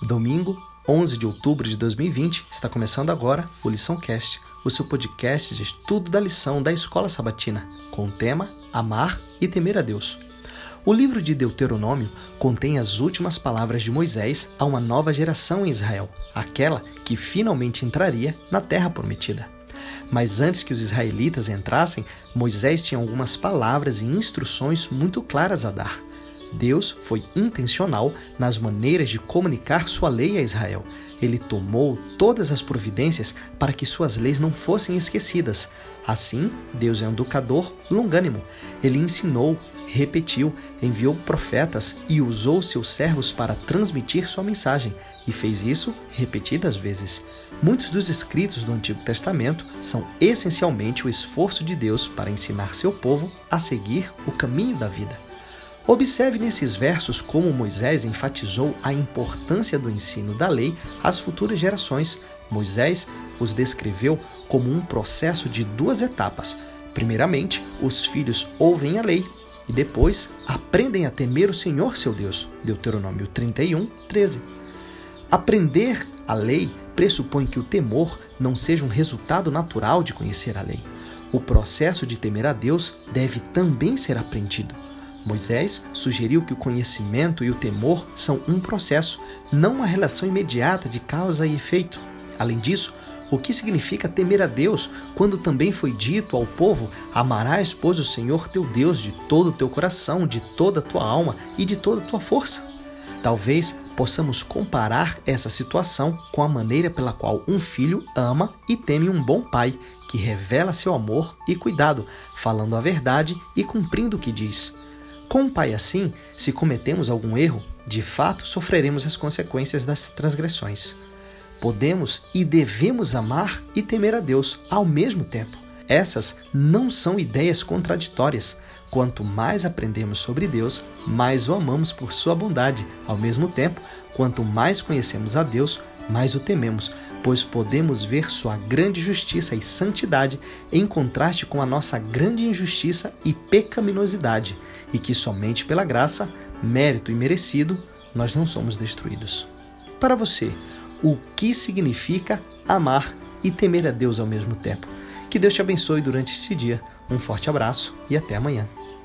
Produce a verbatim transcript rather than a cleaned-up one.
Domingo, onze de outubro de dois mil e vinte, está começando agora o LiçãoCast, o seu podcast de estudo da lição da Escola Sabatina, com o tema Amar e Temer a Deus. O livro de Deuteronômio contém as últimas palavras de Moisés a uma nova geração em Israel, aquela que finalmente entraria na Terra Prometida. Mas antes que os israelitas entrassem, Moisés tinha algumas palavras e instruções muito claras a dar. Deus foi intencional nas maneiras de comunicar sua lei a Israel. Ele tomou todas as providências para que suas leis não fossem esquecidas. Assim, Deus é um educador longânimo. Ele ensinou, repetiu, enviou profetas e usou seus servos para transmitir sua mensagem, e fez isso repetidas vezes. Muitos dos escritos do Antigo Testamento são essencialmente o esforço de Deus para ensinar seu povo a seguir o caminho da vida. Observe nesses versos como Moisés enfatizou a importância do ensino da lei às futuras gerações. Moisés os descreveu como um processo de duas etapas. Primeiramente, os filhos ouvem a lei e depois aprendem a temer o Senhor seu Deus. Deuteronômio trinta e um, treze. Aprender a lei pressupõe que o temor não seja um resultado natural de conhecer a lei. O processo de temer a Deus deve também ser aprendido. Moisés sugeriu que o conhecimento e o temor são um processo, não uma relação imediata de causa e efeito. Além disso, o que significa temer a Deus quando também foi dito ao povo: amarás, pois, o Senhor teu Deus de todo o teu coração, de toda a tua alma e de toda a tua força? Talvez possamos comparar essa situação com a maneira pela qual um filho ama e teme um bom pai, que revela seu amor e cuidado, falando a verdade e cumprindo o que diz. Com um pai assim, se cometemos algum erro, de fato sofreremos as consequências das transgressões. Podemos e devemos amar e temer a Deus ao mesmo tempo. Essas não são ideias contraditórias. Quanto mais aprendemos sobre Deus, mais o amamos por sua bondade. Ao mesmo tempo, quanto mais conhecemos a Deus, mais o tememos, pois podemos ver sua grande justiça e santidade em contraste com a nossa grande injustiça e pecaminosidade, e que somente pela graça, mérito e merecido, nós não somos destruídos. Para você, o que significa amar e temer a Deus ao mesmo tempo? Que Deus te abençoe durante este dia. Um forte abraço e até amanhã.